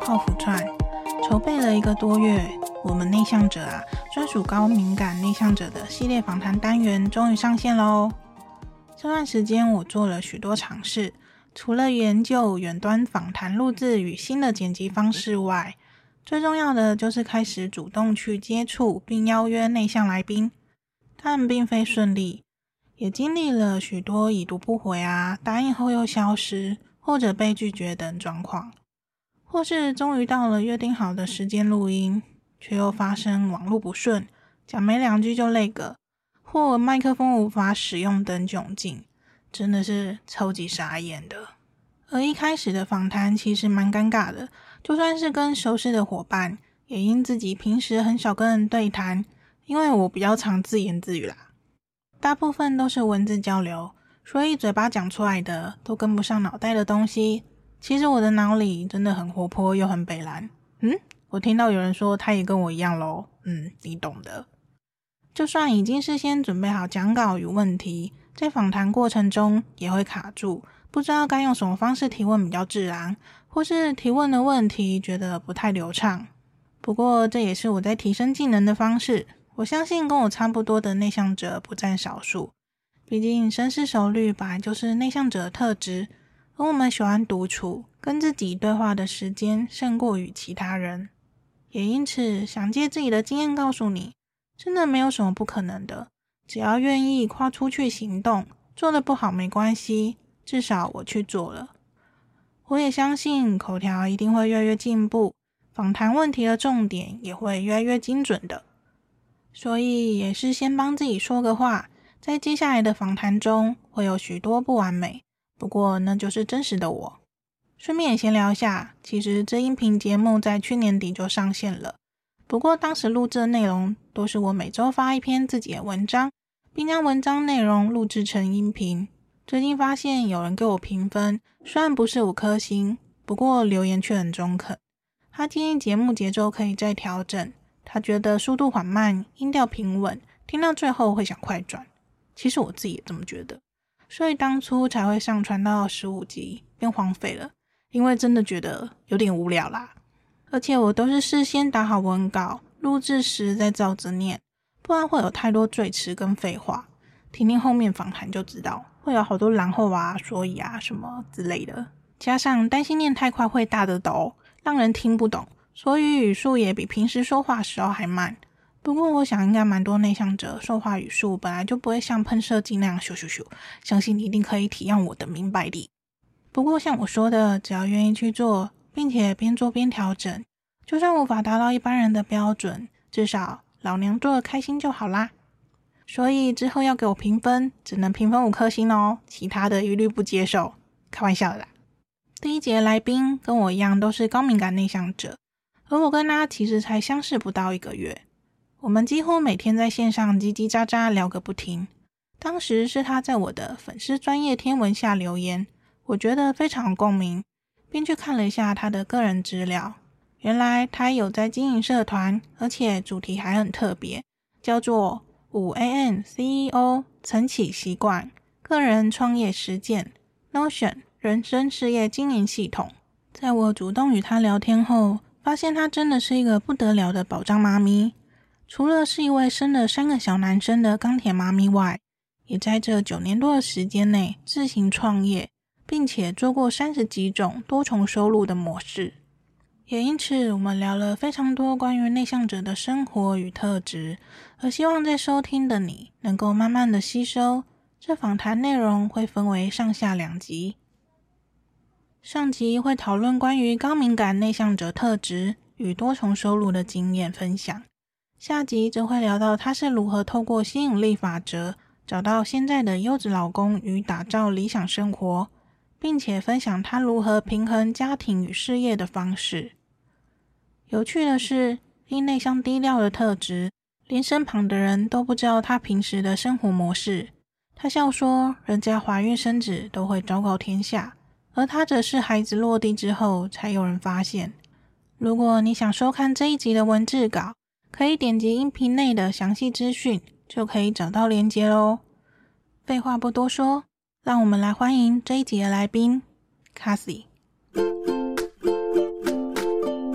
泡芙串，筹备了1个多月，我们内向者专属高敏感内向者的系列访谈单元终于上线咯。这段时间我做了许多尝试，除了研究远端访谈录制与新的剪辑方式外，最重要的就是开始主动去接触并邀约内向来宾，但并非顺利，也经历了许多已读不回答应后又消失，或者被拒绝等状况，或是终于到了约定好的时间录音，却又发生网络不顺，讲没2句就累个，或麦克风无法使用等窘境，真的是超级傻眼的。而一开始的访谈其实蛮尴尬的，就算是跟熟识的伙伴，也因自己平时很少跟人对谈，因为我比较常自言自语啦，大部分都是文字交流，所以嘴巴讲出来的都跟不上脑袋的东西。其实我的脑里真的很活泼又很北蓝。我听到有人说他也跟我一样咯。你懂的。就算已经事先准备好讲稿与问题，在访谈过程中也会卡住，不知道该用什么方式提问比较自然，或是提问的问题觉得不太流畅。不过这也是我在提升技能的方式，我相信跟我差不多的内向者不占少数，毕竟深思熟虑本来就是内向者的特质，而我们喜欢独处，跟自己对话的时间胜过与其他人。也因此想借自己的经验告诉你，真的没有什么不可能的，只要愿意跨出去行动，做得不好没关系，至少我去做了。我也相信口条一定会越来越进步，访谈问题的重点也会越来越精准的。所以也是先帮自己说个话，在接下来的访谈中会有许多不完美，不过那就是真实的我。顺便也闲聊一下，其实这音频节目在去年底就上线了，不过当时录制的内容都是我每周发一篇自己的文章，并将文章内容录制成音频。最近发现有人给我评分，虽然不是5颗星，不过留言却很中肯。他建议节目节奏可以再调整，他觉得速度缓慢，音调平稳，听到最后会想快转。其实我自己也这么觉得，所以当初才会上传到15集便荒废了，因为真的觉得有点无聊啦。而且我都是事先打好文稿，录制时再照着念，不然会有太多赘词跟废话，听听后面访谈就知道，会有好多然后所以什么之类的，加上担心念太快会大的抖，让人听不懂，所以语速也比平时说话时候还慢。不过我想应该蛮多内向者说话语速本来就不会像喷射机那样咻咻咻，相信你一定可以体验我的明白力。不过像我说的，只要愿意去做，并且边做边调整，就算无法达到一般人的标准，至少老娘做得开心就好啦。所以之后要给我评分，只能评分5颗星哦，其他的一律不接受，开玩笑的啦。第一节来宾跟我一样都是高敏感内向者，而我跟他其实才相识不到1个月，我们几乎每天在线上叽叽喳喳聊个不停。当时是他在我的粉丝专页贴文下留言，我觉得非常有共鸣，便去看了一下他的个人资料。原来他有在经营社团，而且主题还很特别，叫做 5am CEO 晨起习惯个人创业实践 Notion 人生事业经营系统。在我主动与他聊天后，发现他真的是一个不得了的宝藏妈咪。除了是一位生了3个小男生的钢铁妈咪外，也在这9年多的时间内自行创业，并且做过30几种多重收入的模式。也因此我们聊了非常多关于内向者的生活与特质，而希望在收听的你能够慢慢的吸收。这访谈内容会分为上下2集，上集会讨论关于高敏感内向者特质与多重收入的经验分享，下集则会聊到他是如何透过吸引力法则找到现在的优质老公与打造理想生活，并且分享他如何平衡家庭与事业的方式。有趣的是，因内向低调的特质，连身旁的人都不知道他平时的生活模式。他笑说，人家怀孕生子都会昭告天下，而他则是孩子落地之后才有人发现。如果你想收看这一集的文字稿，可以点击音频内的详细资讯，就可以找到连结咯。废话不多说，让我们来欢迎这一集的来宾 Cassie。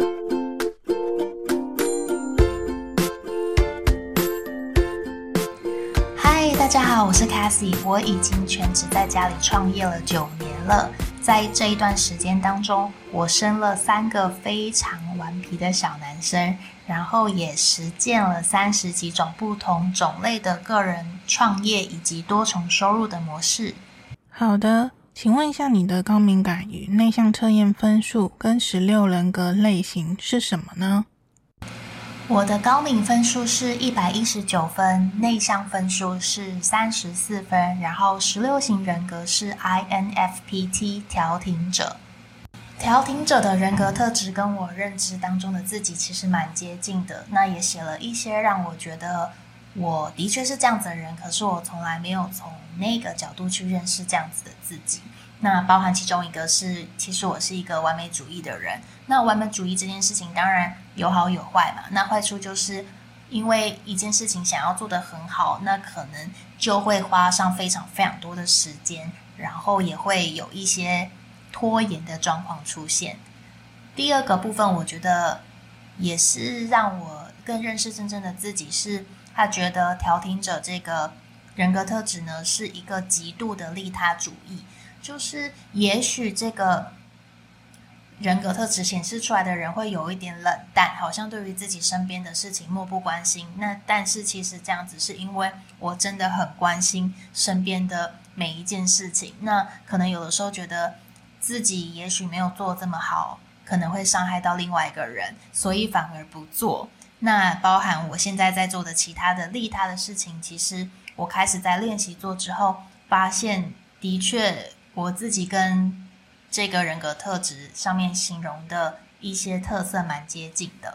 嗨，大家好，我是 Cassie， 我已经全职在家里创业了9年了。在这一段时间当中，我生了3个非常顽皮的小男生，然后也实践了30几种不同种类的个人创业以及多重收入的模式。 好的，请问一下你的高敏感与内向测验分数跟16人格类型是什么呢？ 我的高敏分数是119分，内向分数是34分，然后16型人格是 INFPT 调停者。调停者的人格特质跟我认知当中的自己其实蛮接近的，那也写了一些让我觉得我的确是这样子的人，可是我从来没有从那个角度去认识这样子的自己。那包含其中一个是，其实我是一个完美主义的人。那完美主义这件事情当然有好有坏嘛，那坏处就是因为一件事情想要做得很好，那可能就会花上非常非常多的时间，然后也会有一些拖延的状况出现。第二个部分我觉得也是让我更认识真正的自己，是他觉得调停者这个人格特质呢是一个极度的利他主义，就是也许这个人格特质显示出来的人会有一点冷淡，好像对于自己身边的事情漠不关心。那但是其实这样子是因为我真的很关心身边的每一件事情，那可能有的时候觉得自己也许没有做这么好，可能会伤害到另外一个人，所以反而不做。那包含我现在在做的其他的利他的事情，其实我开始在练习做之后，发现的确我自己跟这个人格特质上面形容的一些特色蛮接近的。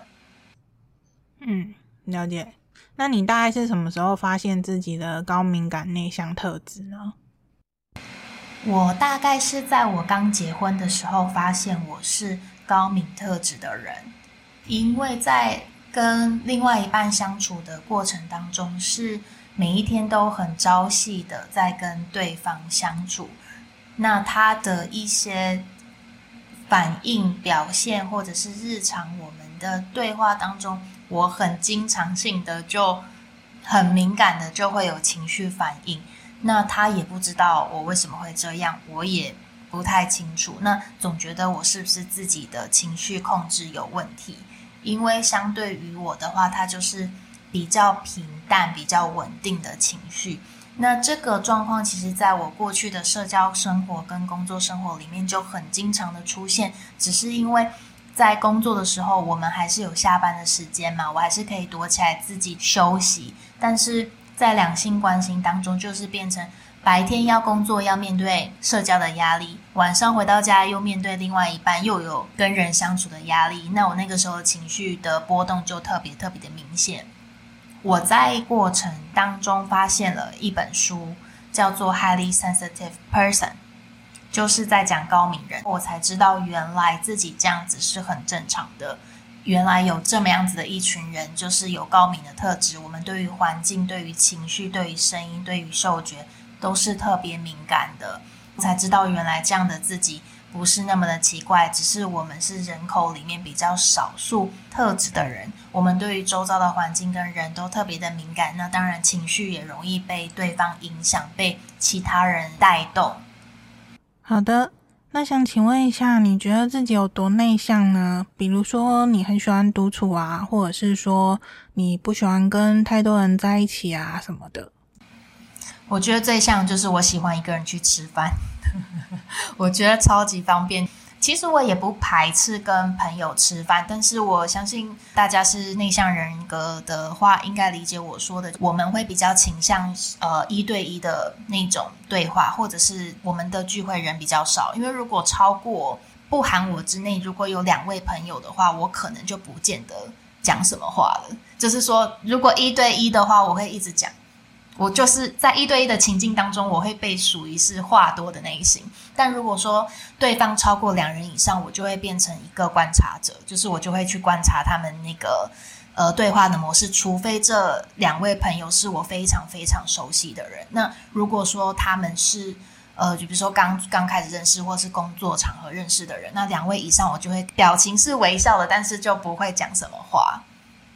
了解。那你大概是什么时候发现自己的高敏感内向特质呢？ 我大概是在我刚结婚的时候发现我是高敏特质的人，因为在跟另外一半相处的过程当中，是每一天都很朝夕的在跟对方相处，那他的一些反应表现或者是日常我们的对话当中，我很经常性的就很敏感的就会有情绪反应，那他也不知道我为什么会这样，我也不太清楚，那总觉得我是不是自己的情绪控制有问题，因为相对于我的话，他就是比较平淡比较稳定的情绪。那这个状况其实在我过去的社交生活跟工作生活里面就很经常的出现，只是因为在工作的时候我们还是有下班的时间嘛，我还是可以躲起来自己休息，但是在两性关系当中就是变成白天要工作，要面对社交的压力，晚上回到家又面对另外一半，又有跟人相处的压力，那我那个时候情绪的波动就特别特别的明显。我在过程当中发现了一本书叫做 Highly Sensitive Person， 就是在讲高敏人，我才知道原来自己这样子是很正常的，原来有这么样子的一群人就是有高敏的特质，我们对于环境对于情绪对于声音对于嗅觉都是特别敏感的，我才知道原来这样的自己不是那么的奇怪，只是我们是人口里面比较少数特质的人，我们对于周遭的环境跟人都特别的敏感，那当然情绪也容易被对方影响，被其他人带动。 好的，那想请问一下，你觉得自己有多内向呢？比如说你很喜欢独处啊，或者是说你不喜欢跟太多人在一起啊什么的。 我觉得最像就是我喜欢一个人去吃饭我觉得超级方便。其实我也不排斥跟朋友吃饭，但是我相信大家是内向人格的话应该理解我说的，我们会比较倾向1对1的那种对话，或者是我们的聚会人比较少，因为如果超过不含我之内如果有2位朋友的话，我可能就不见得讲什么话了，就是说如果1对1的话我会一直讲，我就是在1对1的情境当中我会被属于是话多的那一型，但如果说对方超过2人以上，我就会变成一个观察者，就是我就会去观察他们那个对话的模式，除非这2位朋友是我非常非常熟悉的人，那如果说他们是就比如说刚开始认识或是工作场合认识的人，那2位以上我就会表情是微笑的，但是就不会讲什么话。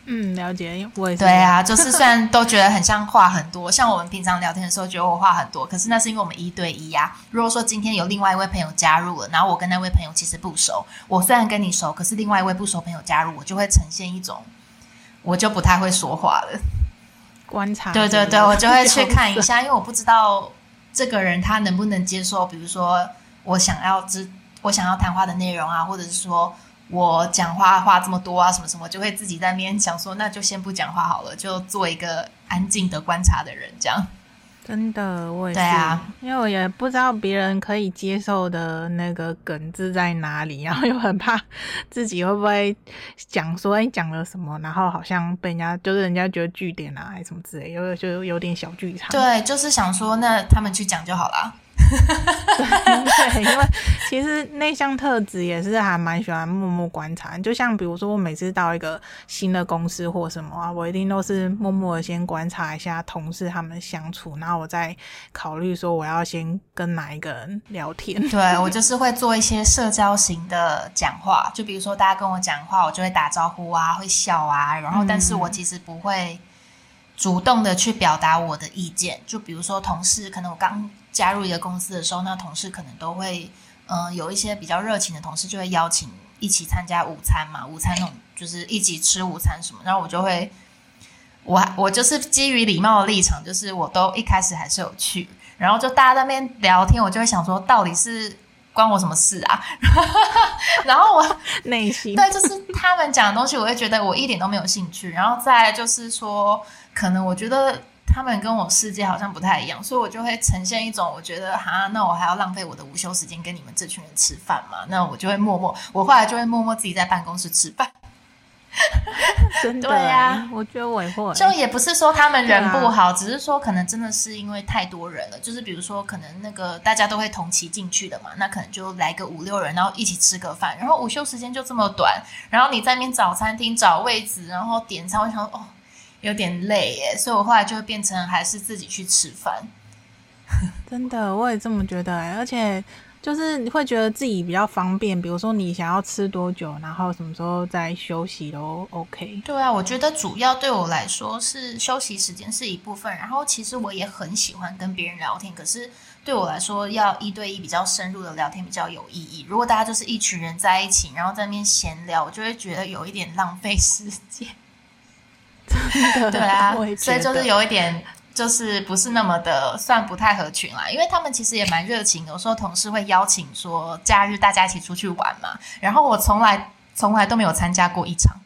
了解，我也是。 对啊，就是虽然都觉得很像话很多，像我们平常聊天的时候觉得我话很多，可是那是因为我们1对1啊。如果说今天有另外一位朋友加入了，然后我跟那位朋友其实不熟，我虽然跟你熟，可是另外一位不熟朋友加入，我就会呈现一种我就不太会说话了。 观察， 对对对，我就会去看一下，因为我不知道这个人他能不能接受，比如说我想要谈话的内容啊，或者是说我讲话这么多啊，什么什么，就会自己在那边想说，那就先不讲话好了，就做一个安静的观察的人，这样。 真的，我也是。 对啊， 因为我也不知道别人可以接受的那个梗字在哪里，然后又很怕自己会不会讲说讲了什么，然后好像被人家就是人家觉得句点啊还是什么之类，就有点小剧场。 对，就是想说那他们去讲就好啦。 对，因为其实内向特质也是还蛮喜欢默默观察，就像比如说我每次到一个新的公司或什么啊，我一定都是默默的先观察一下同事他们相处，然后我再考虑说我要先跟哪一个人聊天。 对，我就是会做一些社交型的讲话，就比如说大家跟我讲话，我就会打招呼啊，会笑啊，然后但是我其实不会主动的去表达我的意见，就比如说同事，可能我刚加入一个公司的时候，那同事可能都会有一些比较热情的同事就会邀请一起参加午餐嘛，午餐那种就是一起吃午餐什么，然后我就会我就是基于礼貌的立场，就是我都一开始还是有去，然后就大家在那边聊天，我就会想说到底是关我什么事啊？然后我内心对，就是他们讲的东西，我会觉得我一点都没有兴趣。然后再来就是说，可能我觉得他们跟我世界好像不太一样，所以我就会呈现一种我觉得那我还要浪费我的午休时间跟你们这群人吃饭嘛？那我就会我后来就会默默自己在办公室吃饭。 真的， 对啊， 我觉得我也会， 就也不是说他们人不好，只是说可能真的是因为太多人了，就是比如说可能那个大家都会同期进去的嘛，那可能就来个5-6人，然后一起吃个饭，然后午休时间就这么短，然后你在那边找餐厅找位置，然后点餐，我想说有点累耶，所以我后来就会变成还是自己去吃饭。 真的，我也这么觉得而且就是你会觉得自己比较方便，比如说你想要吃多久，然后什么时候再休息都 OK。 对啊，我觉得主要对我来说是休息时间是一部分，然后其实我也很喜欢跟别人聊天，可是对我来说要1对1比较深入的聊天比较有意义，如果大家就是一群人在一起然后在那边闲聊，我就会觉得有一点浪费时间。 真的， 对啊， 所以就是有一点就是不是那么的算不太合群啦，因为他们其实也蛮热情的，有时候同事会邀请说假日大家一起出去玩嘛，然后我从来都没有参加过一场。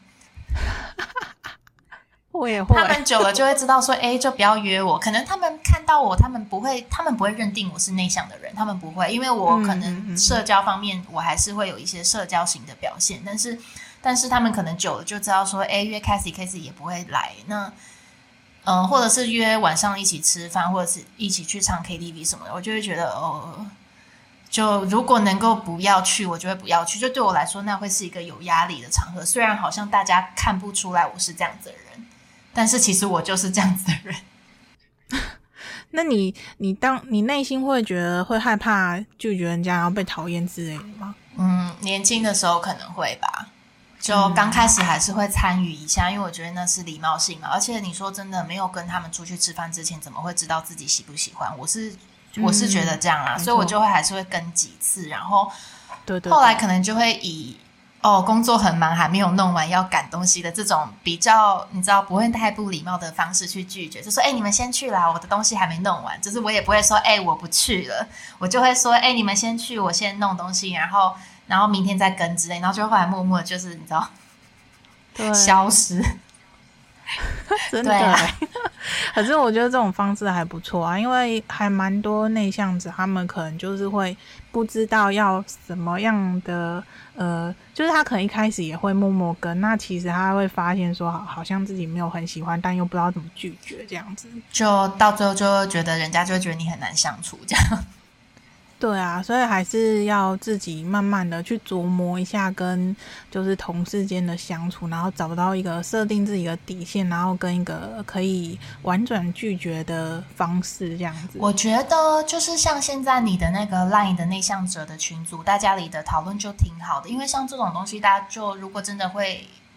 我也会， 他们久了就会知道说就不要约我，可能他们看到我，他们不会认定我是内向的人，他们不会，因为我可能社交方面我还是会有一些社交型的表现，但是他们可能久了就知道说约 Cassie 也不会来，那或者是约晚上一起吃饭，或者是一起去唱 KTV 什么的，我就会觉得就如果能够不要去，我就会不要去。就对我来说，那会是一个有压力的场合。虽然好像大家看不出来我是这样子的人，但是其实我就是这样子的人。 那你内心会觉得会害怕拒绝人家然后被讨厌之类的吗？ 年轻的时候可能会吧。就刚开始还是会参与一下，因为我觉得那是礼貌性嘛。而且你说真的，没有跟他们出去吃饭之前，怎么会知道自己喜不喜欢？我是觉得这样啦，所以我就还是会跟几次，然后后来可能就会以工作很忙还没有弄完要赶东西的这种比较你知道不会太不礼貌的方式去拒绝，就说你们先去啦，我的东西还没弄完，就是我也不会说我不去了，我就会说你们先去，我先弄东西，然后明天再跟之类，然后就后来默默的就是你知道消失。 真的可是我觉得这种方式还不错啊，因为还蛮多内向者他们可能就是会不知道要什么样的就是他可能一开始也会默默跟，那其实他会发现说好像自己没有很喜欢，但又不知道怎么拒绝，这样子就到最后就会觉得人家就会觉得你很难相处这样。 对啊，所以还是要自己慢慢的去琢磨一下跟就是同事间的相处，然后找到一个设定自己的底线，然后跟一个可以婉转拒绝的方式这样子。 我觉得就是像现在你的那个 LINE 的内向者的群组，大家里的讨论就挺好的，因为像这种东西大家就如果真的会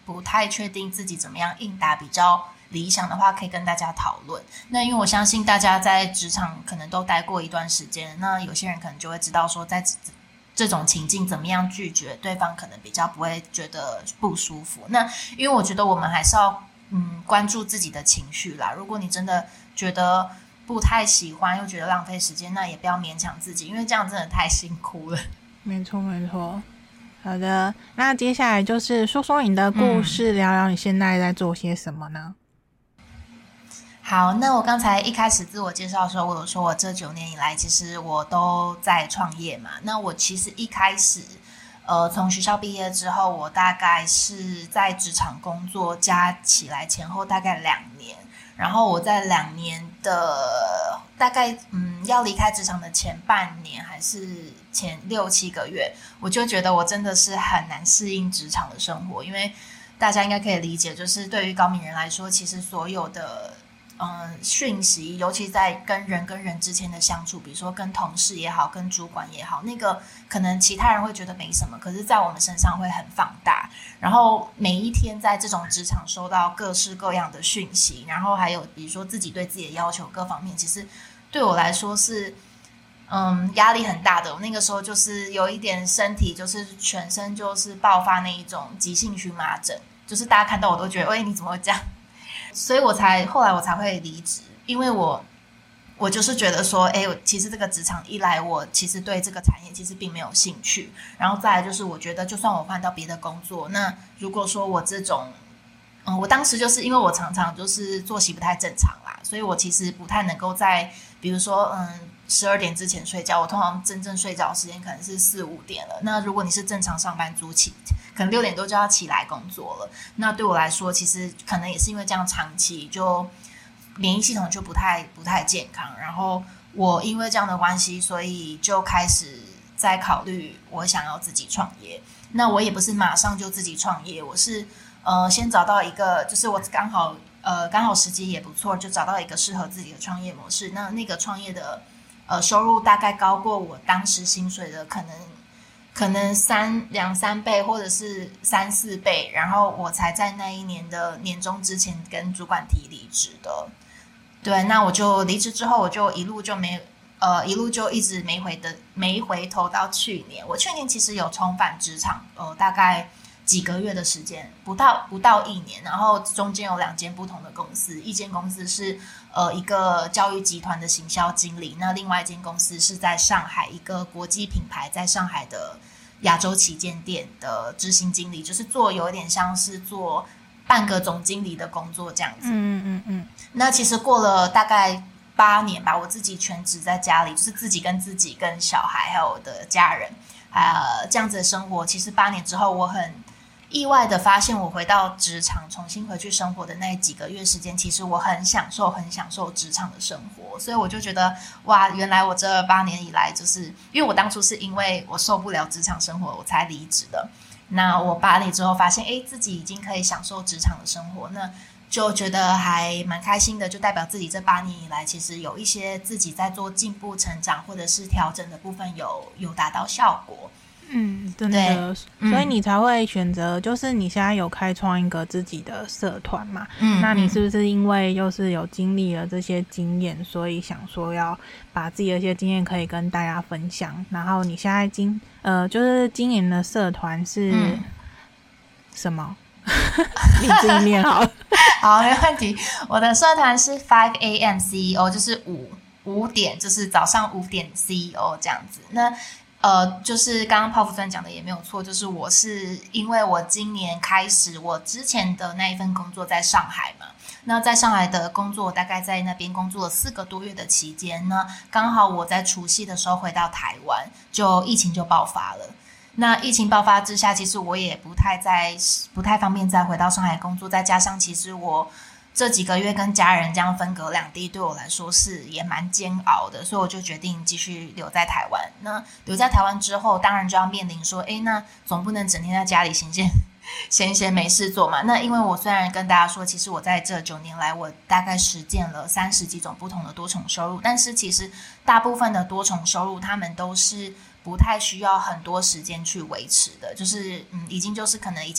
不太确定自己怎么样应答比较理想的话，可以跟大家讨论。那因为我相信大家在职场可能都待过一段时间，那有些人可能就会知道说在这种情境怎么样拒绝对方，可能比较不会觉得不舒服。那因为我觉得我们还是要关注自己的情绪啦。如果你真的觉得不太喜欢又觉得浪费时间，那也不要勉强自己，因为这样真的太辛苦了。 没错没错。好的，那接下来就是说说你的故事，聊聊你现在在做些什么呢？ 好，那我刚才一开始自我介绍的时候，我有说我这9年以来其实我都在创业嘛。那我其实一开始从学校毕业之后，我大概是在职场工作加起来前后大概2年，然后我在2年的大概要离开职场的前半年还是前6-7个月，我就觉得我真的是很难适应职场的生活。因为大家应该可以理解，就是对于高敏人来说，其实所有的讯息，尤其在跟人之间的相处，比如说跟同事也好，跟主管也好，那个可能其他人会觉得没什么，可是在我们身上会很放大。然后每一天在这种职场收到各式各样的讯息，然后还有比如说自己对自己的要求各方面，其实对我来说是压力很大的。我那个时候就是有一点身体就是全身就是爆发那一种急性荨麻疹，就是大家看到我都觉得喂，你怎么会这样，所以后来我才会离职。因为我就是觉得说其实这个职场一来，我其实对这个产业其实并没有兴趣，然后再来就是我觉得就算我换到别的工作，那如果说我这种我当时就是因为我常常就是作息不太正常啦，所以我其实不太能够在比如说12点之前睡觉，我通常真正睡觉的时间可能是4-5点了。那如果你是正常上班族可能6点多就要起来工作了，那对我来说其实可能也是因为这样长期就免疫系统就不太健康，然后我因为这样的关系，所以就开始在考虑我想要自己创业。那我也不是马上就自己创业，我是先找到一个，就是我刚好时机也不错，就找到一个适合自己的创业模式。那个创业的收入大概高过我当时薪水的可能2-3倍或者是3-4倍，然后我才在那一年的年终之前跟主管提离职的。对，那我就离职之后，我就一路就一直没回头到去年。我去年其实有重返职场，大概几个月的时间，不到1年，然后中间有2间不同的公司，一间公司是一个教育集团的行销经理，那另外一间公司是在上海一个国际品牌在上海的亚洲旗舰店的执行经理，就是有点像是做半个总经理的工作这样子。那其实过了大概8年吧，我自己全职在家里，就是自己跟小孩还有我的家人这样子的生活。其实8年之后，我很意外的发现，我回到职场重新回去生活的那几个月时间，其实我很享受职场的生活。所以我就觉得哇，原来我这8年以来，就是因为我当初是因为我受不了职场生活我才离职的。那我8年之后发现自己已经可以享受职场的生活，那就觉得还蛮开心的，就代表自己这8年以来其实有一些自己在做进步成长或者是调整的部分有达到效果。 真的，所以你才会选择，就是你现在有开创一个自己的社团嘛？那你是不是因为就是有经历了这些经验，所以想说要把自己的一些经验可以跟大家分享？然后你现在就是经营的社团是什么？你自己念好了。 好，没问题。我的社团是5 AM CEO， 就是5点，就是早上5点 CEO 这样子。那就是刚刚泡芙专讲的也没有错，就是我是因为我今年开始，我之前的那一份工作在上海嘛，那在上海的工作，我大概在那边工作了4个多月的期间呢，刚好我在除夕的时候回到台湾，疫情就爆发了。那疫情爆发之下，其实我也不太方便再回到上海工作，再加上其实我这几个月跟家人这样分隔两地，对我来说是也蛮煎熬的，所以我就决定继续留在台湾。那留在台湾之后，当然就要面临说，那总不能整天在家里闲闲没事做嘛。那因为我虽然跟大家说，其实我在这9年来，我大概实践了30几种不同的多重收入，但是其实大部分的多重收入，他们都是不太需要很多时间去维持的，就是已经就是可能已经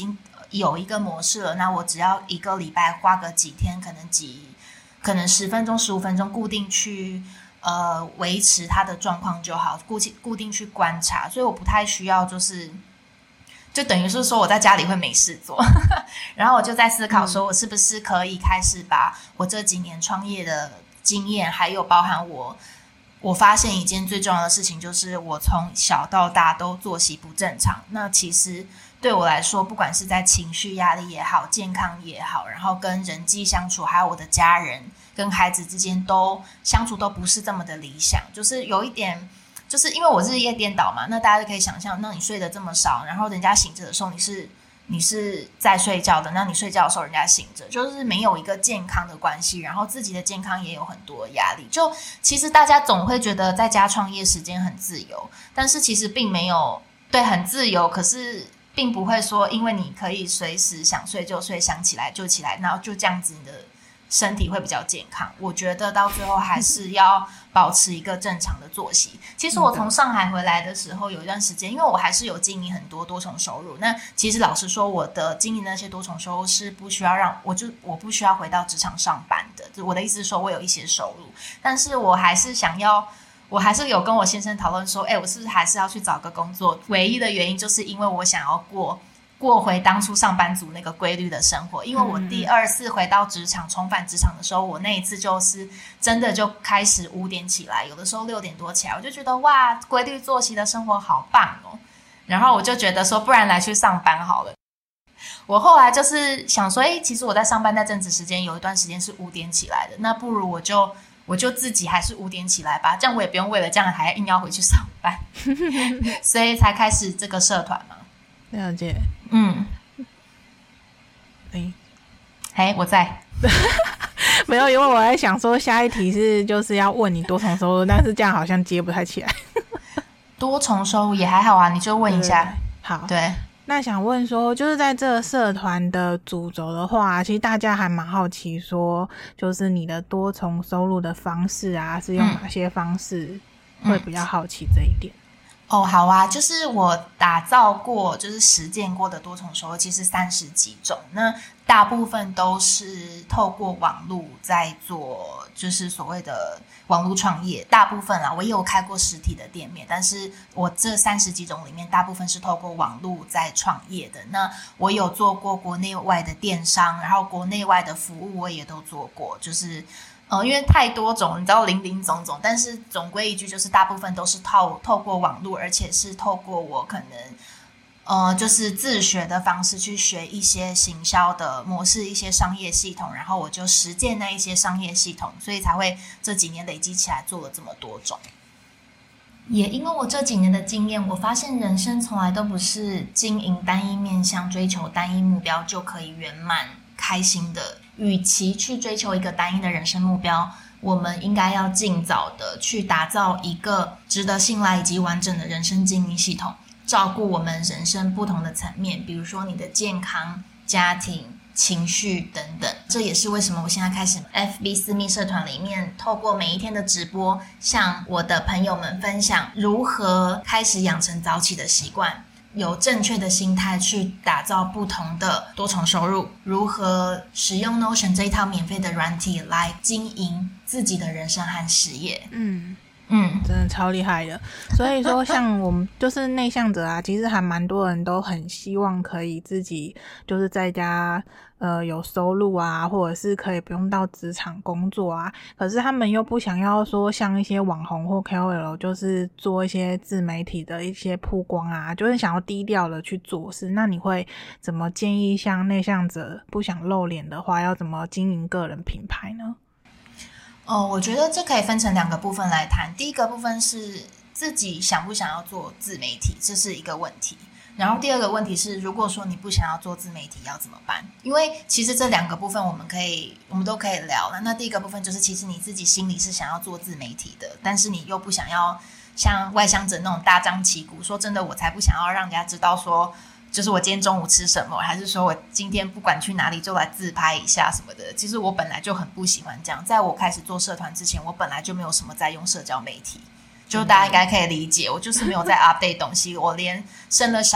有一个模式了，那我只要一个礼拜花个几天，可能10分钟15分钟固定去维持它的状况就好，固定去观察，所以我不太需要就等于是说我在家里会没事做然后我就在思考说我是不是可以开始把我这几年创业的经验，还有包含我发现一件最重要的事情，就是我从小到大都作息不正常。那其实对我来说，不管是在情绪压力也好，健康也好，然后跟人际相处，还有我的家人跟孩子之间相处都不是这么的理想。就是有一点，就是因为我日夜颠倒嘛，那大家就可以想象，那你睡得这么少，然后人家醒着的时候你是在睡觉的，那你睡觉的时候人家醒着，就是没有一个健康的关系，然后自己的健康也有很多压力。就其实大家总会觉得在家创业时间很自由，但是其实并没有，对，很自由，可是并不会说因为你可以随时想睡就睡，想起来就起来，然后就这样子你的身体会比较健康。我觉得到最后还是要保持一个正常的作息。其实我从上海回来的时候，有一段时间，因为我还是有经营很多多重收入，那其实老实说，我的经营那些多重收入是不需要我不需要回到职场上班的。我的意思是说，我有一些收入，但是我还是有跟我先生讨论说，我是不是还是要去找个工作？唯一的原因就是因为我想要过回当初上班族那个规律的生活。因为我第2次回到职场，重返职场的时候，我那一次就是真的就开始5点起来，有的时候6点多起来，我就觉得哇，规律作息的生活好棒哦。然后我就觉得说，不然来去上班好了。我后来就是想说，其实我在上班那阵子时间，有一段时间是5点起来的，那不如我就自己还是5点起来吧，这样我也不用为了这样还硬要回去上班所以才开始这个社团嘛。 了解。 我在没有，因为我在想说下一题就是要问你多重收入，但是这样好像接不太起来多重收入也还好啊，你就问一下。 好， 对。 那想问说，就是在这个社团的主轴的话，其实大家还蛮好奇说，就是你的多重收入的方式啊，是用哪些方式，会比较好奇这一点。 好啊，就是我打造过，就是实践过的多重收入，其实30几种。那大部分都是透过网络在做，就是所谓的网络创业。大部分我也有开过实体的店面，但是我这30几种里面，大部分是透过网络在创业的。那我有做过国内外的电商，然后国内外的服务我也都做过，就是因为太多种，你知道林林总总，但是总归一句就是大部分都是透过网络，而且是透过我可能就是自学的方式去学一些行销的模式，一些商业系统，然后我就实践那一些商业系统，所以才会这几年累积起来做了这么多种。也因为我这几年的经验，我发现人生从来都不是经营单一面向，追求单一目标就可以圆满开心的。与其去追求一个单一的人生目标，我们应该要尽早的去打造一个值得信赖以及完整的人生经营系统，照顾我们人生不同的层面，比如说你的健康、家庭、情绪等等。这也是为什么我现在开始 FB 私密社团里面，透过每一天的直播，向我的朋友们分享如何开始养成早起的习惯，有正确的心态去打造不同的多重收入，如何使用 Notion 这一套免费的软体来经营自己的人生和事业。 真的超厉害的。所以说像我们就是内向者啊，其实还蛮多人都很希望可以自己就是在家有收入啊，或者是可以不用到职场工作啊，可是他们又不想要说像一些网红或 KOL 就是做一些自媒体的一些曝光啊，就是想要低调的去做事。那你会怎么建议像内向者不想露脸的话，要怎么经营个人品牌呢？ 我觉得这可以分成2个部分来谈。第一个部分是自己想不想要做自媒体，这是一个问题。然后第二个问题是，如果说你不想要做自媒体要怎么办？因为其实这2个部分我们都可以聊。那第一个部分就是其实你自己心里是想要做自媒体的，但是你又不想要像外向者那种大张旗鼓，说真的我才不想要让人家知道说就是我今天中午吃什么，还是说我今天不管去哪里就来自拍一下什么的。其实我本来就很不喜欢这样，在我开始做社团之前，我本来就没有什么在用社交媒体， 就大家应该可以理解，我就是没有在 update 东西。我连生了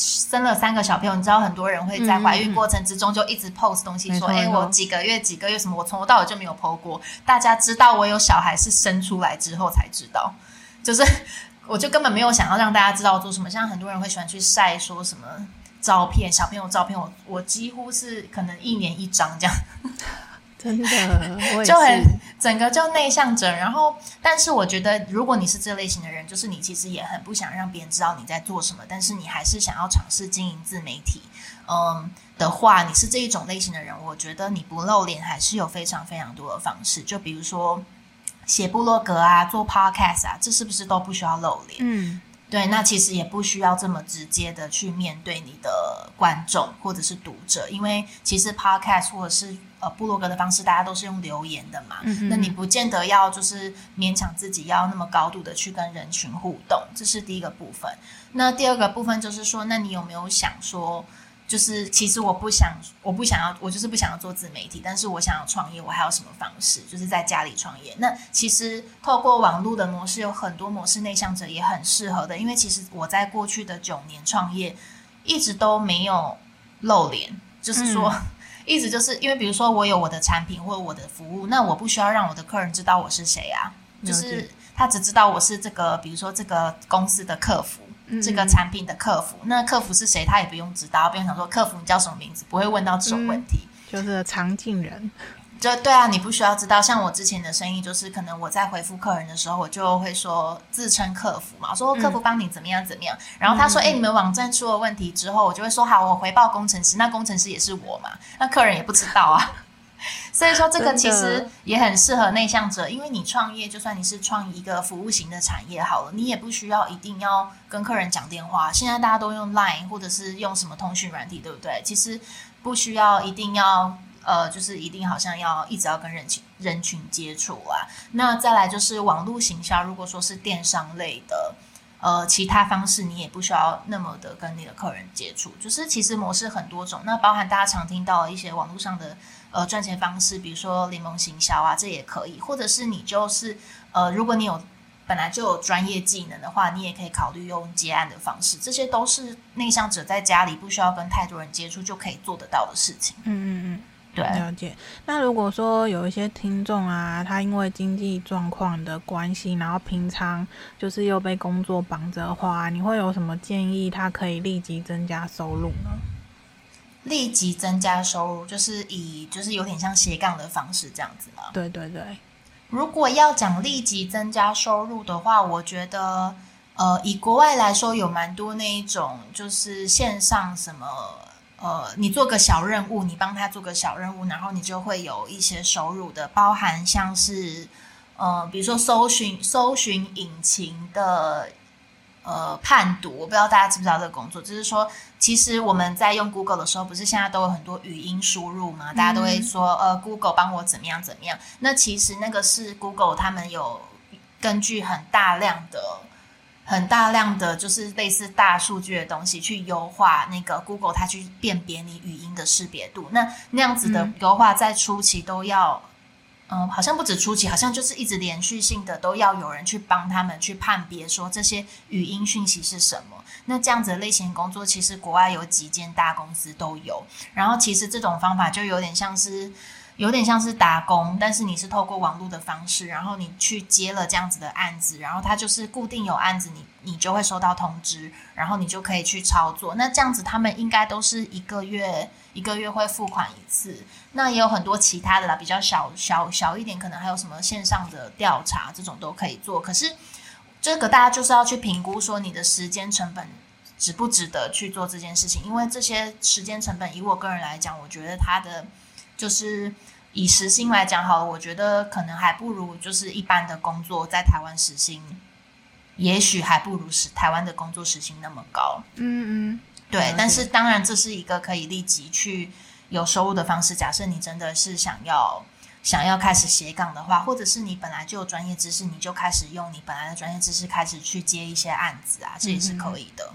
3个小朋友，你知道很多人会在怀孕过程之中就一直 post 东西说我几个月什么，我从头到尾就没有 po 过。大家知道我有小孩是生出来之后才知道，就是我就根本没有想要让大家知道我做什么。像很多人会喜欢去晒说什么照片，小朋友照片，我几乎是可能1年1张这样。 真的，我也是就很整个就内向者。然后，但是我觉得，如果你是这类型的人，就是你其实也很不想让别人知道你在做什么，但是你还是想要尝试经营自媒体，的话，你是这一种类型的人，我觉得你不露脸还是有非常非常多的方式。就比如说写部落格啊，做 podcast 啊，这是不是都不需要露脸？对，那其实也不需要这么直接的去面对你的观众或者是读者，因为其实 podcast 或者是部落格的方式，大家都是用留言的嘛，那你不见得要就是勉强自己要那么高度的去跟人群互动，这是第一个部分。那第二个部分就是说，那你有没有想说，就是其实我就是不想要做自媒体，但是我想要创业，我还有什么方式？就是在家里创业。那其实透过网络的模式，有很多模式，内向者也很适合的。因为其实我在过去的9年创业，一直都没有露脸，就是说，一直就是因为比如说我有我的产品或者我的服务，那我不需要让我的客人知道我是谁啊，就是他只知道我是这个，比如说这个公司的客服。这个产品的客服，那客服是谁他也不用知道，不用想说客服你叫什么名字，不会问到这种问题， 就是常进人。 就对啊，你不需要知道。像我之前的生意，就是可能我在回复客人的时候，我就会说自称客服嘛，我说客服帮你怎么样怎么样，然后他说你们网站出了问题之后，我就会说好，我回报工程师，那工程师也是我嘛，那客人也不知道啊。所以说这个其实也很适合内向者，因为你创业，就算你是创一个服务型的产业好了，你也不需要一定要跟客人讲电话，现在大家都用 LINE 或者是用什么通讯软体，对不对？其实不需要一定要就是一定好像要一直要跟人群接触啊。那再来就是网络行销，如果说是电商类的其他方式你也不需要那么的跟你的客人接触，就是其实模式很多种，那包含大家常听到的一些网络上的赚钱方式，比如说联盟行销啊，这也可以，或者是你就是如果你本来就有专业技能的话，你也可以考虑用接案的方式，这些都是内向者在家里不需要跟太多人接触就可以做得到的事情。对， 了解。那如果说有一些听众啊，他因为经济状况的关系，然后平常就是又被工作绑着的话，你会有什么建议他可以立即增加收入呢？ 立即增加收入就是有点像斜杠的方式这样子吗？ 对对对。 如果要讲立即增加收入的话，我觉得以国外来说有蛮多那一种就是线上什么你做个小任务，你帮他做个小任务，然后你就会有一些收入的，包含像是比如说搜寻引擎的判读，我不知道大家知不知道这个工作，就是说其实我们在用 Google 的时候，不是现在都有很多语音输入吗？大家都会说Google 帮我怎么样怎么样，那其实那个是 Google 他们有根据很大量的就是类似大数据的东西去优化那个 Google 它去辨别你语音的识别度，那样子的优化在初期都要好像不止初期，好像就是一直连续性的都要有人去帮他们去判别说这些语音讯息是什么。那这样子的类型工作其实国外有几间大公司都有，然后其实这种方法就有点像是打工，但是你是透过网络的方式，然后你去接了这样子的案子，然后它就是固定有案子，你就会收到通知，然后你就可以去操作。那这样子他们应该都是一个月会付款一次，那也有很多其他的啦，比较小一点，可能还有什么线上的调查这种都可以做。可是这个大家就是要去评估说你的时间成本值不值得去做这件事情，因为这些时间成本以我个人来讲，我觉得它的就是以时薪来讲好了，我觉得可能还不如就是一般的工作在台湾时薪，也许还不如台湾的工作时薪那么高。对，但是当然这是一个可以立即去有收入的方式。假设你真的是想要开始斜杠的话，或者是你本来就有专业知识，你就开始用你本来的专业知识开始去接一些案子啊，这也是可以的。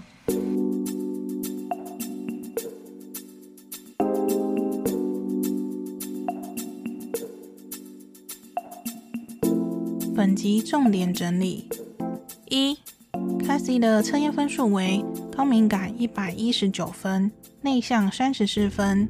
本集重点整理： 1. Cassie 的测验分数为高敏感119分，内向34分，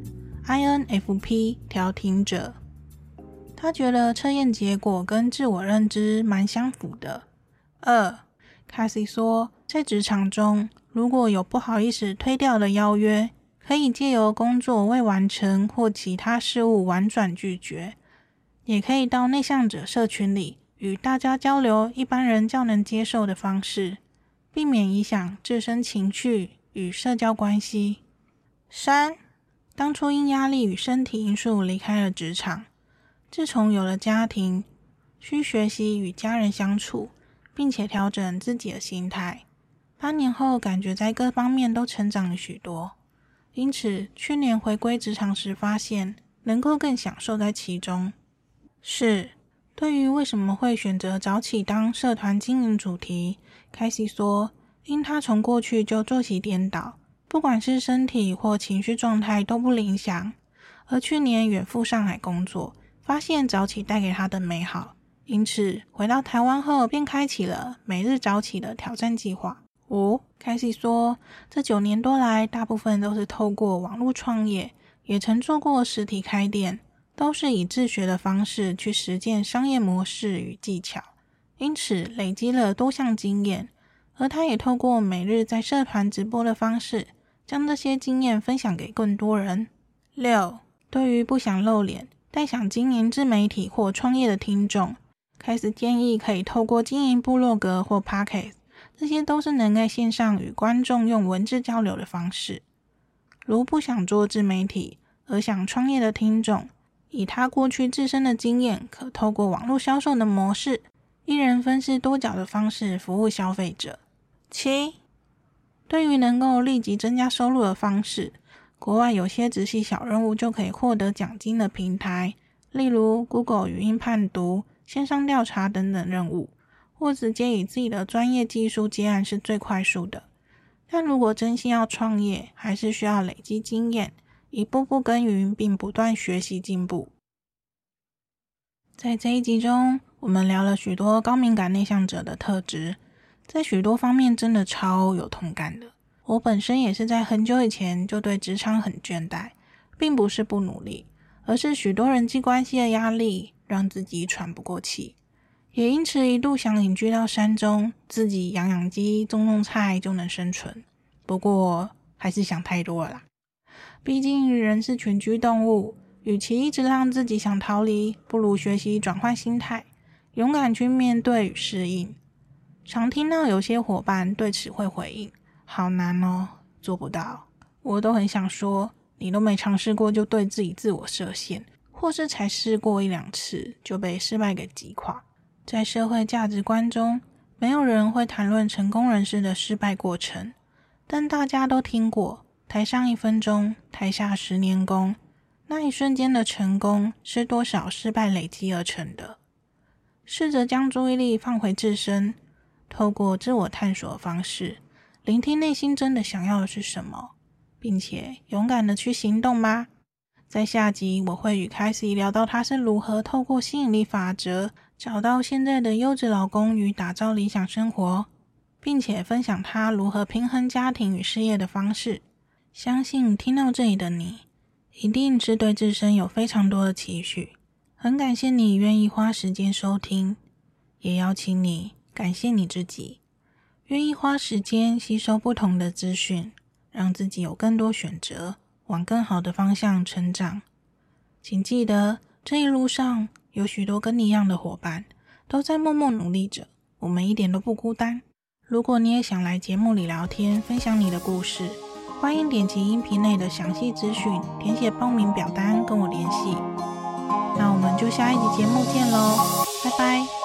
INFP 调停者。他觉得测验结果跟自我认知蛮相符的。2. Cassie 说，在职场中，如果有不好意思推掉的邀约，可以借由工作未完成或其他事务婉转拒绝，也可以到内向者社群里与大家交流一般人较能接受的方式，避免影响自身情绪与社交关系。3. 当初因压力与身体因素离开了职场，自从有了家庭，需学习与家人相处，并且调整自己的心态。8年后感觉在各方面都成长了许多，因此去年回归职场时发现能够更享受在其中。4. 对于为什么会选择早起当社团经营主题，凯西说，因他从过去就作息颠倒，不管是身体或情绪状态都不理想，而去年远赴上海工作，发现早起带给他的美好，因此回到台湾后便开启了每日早起的挑战计划。5. 凯西说，这9年多来大部分都是透过网络创业，也曾做过实体开店，都是以自学的方式去实践商业模式与技巧，因此累积了多项经验，而他也透过每日在社团直播的方式，将这些经验分享给更多人。6. 对于不想露脸但想经营自媒体或创业的听众，开始建议可以透过经营部落格或 Podcast， 这些都是能在线上与观众用文字交流的方式。如不想做自媒体而想创业的听众，以他过去自身的经验，可透过网络销售的模式，一人分饰多角的方式服务消费者。7. 对于能够立即增加收入的方式，国外有些仔细小任务就可以获得奖金的平台，例如 Google 语音判读、线上调查等等任务，或直接以自己的专业技术接案是最快速的。但如果真心要创业，还是需要累积经验，一步步耕耘并不断学习进步。在这一集中，我们聊了许多高敏感内向者的特质，在许多方面真的超有同感的。我本身也是在很久以前就对职场很倦怠，并不是不努力，而是许多人际关系的压力让自己喘不过气，也因此一度想隐居到山中，自己养养鸡种种菜就能生存。不过还是想太多了啦，毕竟人是群居动物，与其一直让自己想逃离，不如学习转换心态，勇敢去面对与适应。常听到有些伙伴对此会回应，好难哦，做不到。我都很想说，你都没尝试过就对自己自我设限，或是才试过1-2次就被失败给击垮。在社会价值观中，没有人会谈论成功人士的失败过程，但大家都听过台上1分钟，台下10年功，那一瞬间的成功是多少失败累积而成的。试着将注意力放回自身，透过自我探索的方式，聆听内心真的想要的是什么，并且勇敢的去行动吧。在下集我会与凯西聊到他是如何透过吸引力法则找到现在的优质老公与打造理想生活，并且分享他如何平衡家庭与事业的方式。相信听到这里的你，一定是对自身有非常多的期许。很感谢你愿意花时间收听，也邀请你感谢你自己，愿意花时间吸收不同的资讯，让自己有更多选择，往更好的方向成长。请记得，这一路上有许多跟你一样的伙伴，都在默默努力着，我们一点都不孤单。如果你也想来节目里聊天，分享你的故事，欢迎点击音频内的详细资讯，填写报名表单跟我联系。那我们就下一集节目见咯，拜拜。